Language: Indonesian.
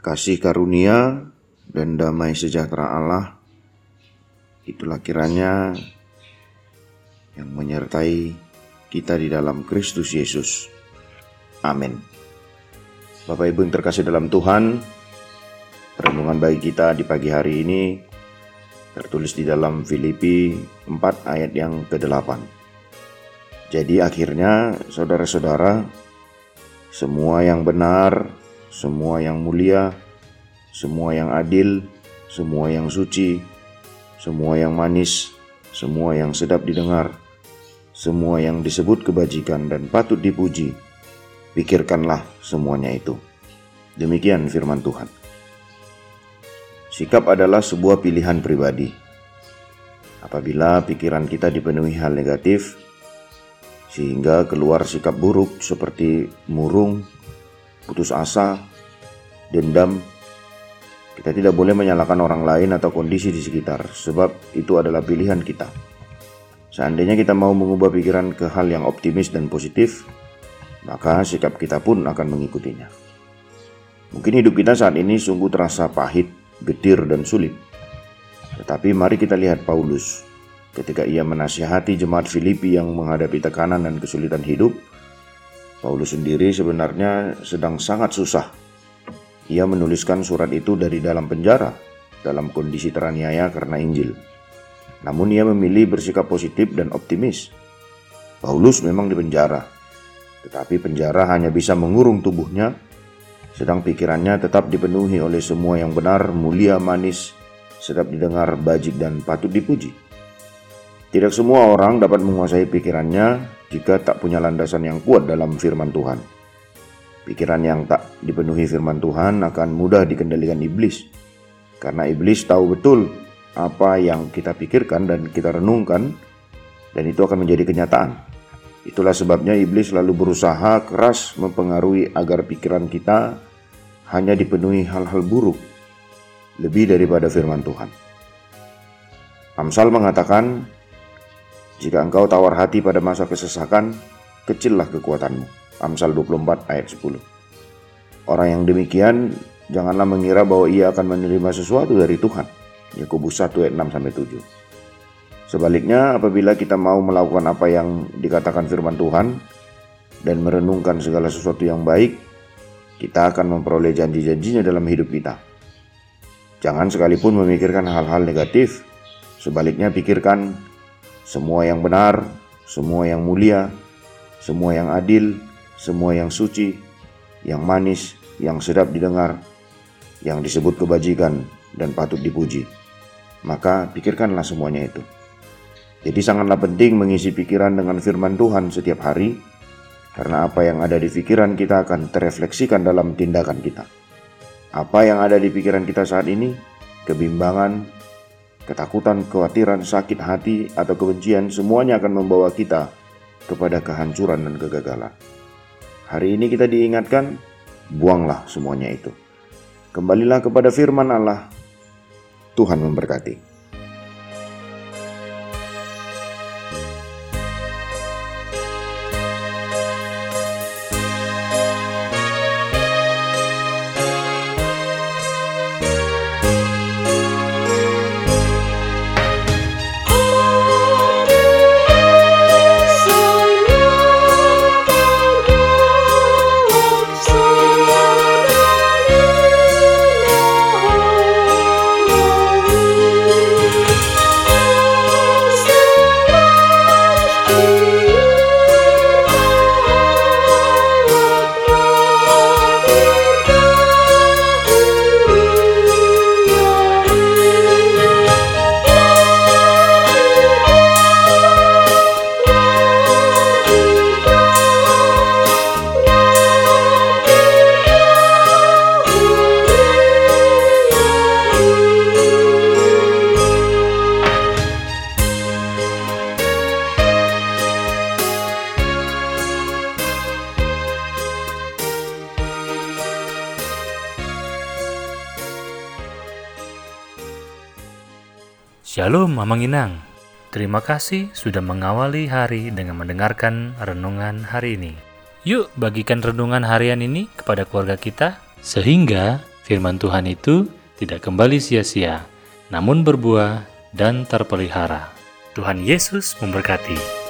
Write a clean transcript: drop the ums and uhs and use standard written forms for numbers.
Kasih karunia dan damai sejahtera Allah, itulah kiranya yang menyertai kita di dalam Kristus Yesus. Amin. Bapak Ibu yang terkasih dalam Tuhan, renungan bagi kita di pagi hari ini tertulis di dalam Filipi 4 ayat yang ke-8. Jadi akhirnya saudara-saudara, semua yang benar, semua yang mulia, semua yang adil, semua yang suci, semua yang manis, semua yang sedap didengar, semua yang disebut kebajikan dan patut dipuji, pikirkanlah semuanya itu. Demikian firman Tuhan. Sikap adalah sebuah pilihan pribadi. Apabila pikiran kita dipenuhi hal negatif, sehingga keluar sikap buruk seperti murung, putus asa, dendam, kita tidak boleh menyalahkan orang lain atau kondisi di sekitar, sebab itu adalah pilihan kita. Seandainya kita mau mengubah pikiran ke hal yang optimis dan positif, maka sikap kita pun akan mengikutinya. Mungkin hidup kita saat ini sungguh terasa pahit, getir, dan sulit. Tetapi mari kita lihat Paulus ketika ia menasihati jemaat Filipi yang menghadapi tekanan dan kesulitan hidup. Paulus sendiri sebenarnya sedang sangat susah. Ia menuliskan surat itu dari dalam penjara, dalam kondisi teraniaya karena Injil. Namun ia memilih bersikap positif dan optimis. Paulus memang di penjara, tetapi penjara hanya bisa mengurung tubuhnya, sedang pikirannya tetap dipenuhi oleh semua yang benar, mulia, manis, sedap didengar, bajik, dan patut dipuji. Tidak semua orang dapat menguasai pikirannya jika tak punya landasan yang kuat dalam firman Tuhan. Pikiran yang tak dipenuhi firman Tuhan akan mudah dikendalikan iblis, karena iblis tahu betul apa yang kita pikirkan dan kita renungkan, dan itu akan menjadi kenyataan. Itulah sebabnya iblis selalu berusaha keras mempengaruhi agar pikiran kita hanya dipenuhi hal-hal buruk, lebih daripada firman Tuhan. Amsal mengatakan, jika engkau tawar hati pada masa kesesakan, kecillah kekuatanmu. Amsal 24 ayat 10. Orang yang demikian janganlah mengira bahwa ia akan menerima sesuatu dari Tuhan. Yakobus 1 ayat 6-7. Sebaliknya, apabila kita mau melakukan apa yang dikatakan firman Tuhan dan merenungkan segala sesuatu yang baik, kita akan memperoleh janji-janjinya dalam hidup kita. Jangan sekalipun memikirkan hal-hal negatif. Sebaliknya, pikirkan semua yang benar, semua yang mulia, semua yang adil, semua yang suci, yang manis, yang sedap didengar, yang disebut kebajikan dan patut dipuji. Maka pikirkanlah semuanya itu. Jadi sangatlah penting mengisi pikiran dengan firman Tuhan setiap hari, karena apa yang ada di pikiran kita akan terefleksikan dalam tindakan kita. Apa yang ada di pikiran kita saat ini, kebimbangan, ketakutan, kekhawatiran, sakit hati, atau kebencian, semuanya akan membawa kita kepada kehancuran dan kegagalan. Hari ini kita diingatkan, buanglah semuanya itu. Kembalilah kepada firman Allah. Tuhan memberkati. Shalom Mamang Inang. Terima kasih sudah mengawali hari dengan mendengarkan renungan hari ini. Yuk bagikan renungan harian ini kepada keluarga kita, sehingga firman Tuhan itu tidak kembali sia-sia, namun berbuah dan terpelihara. Tuhan Yesus memberkati.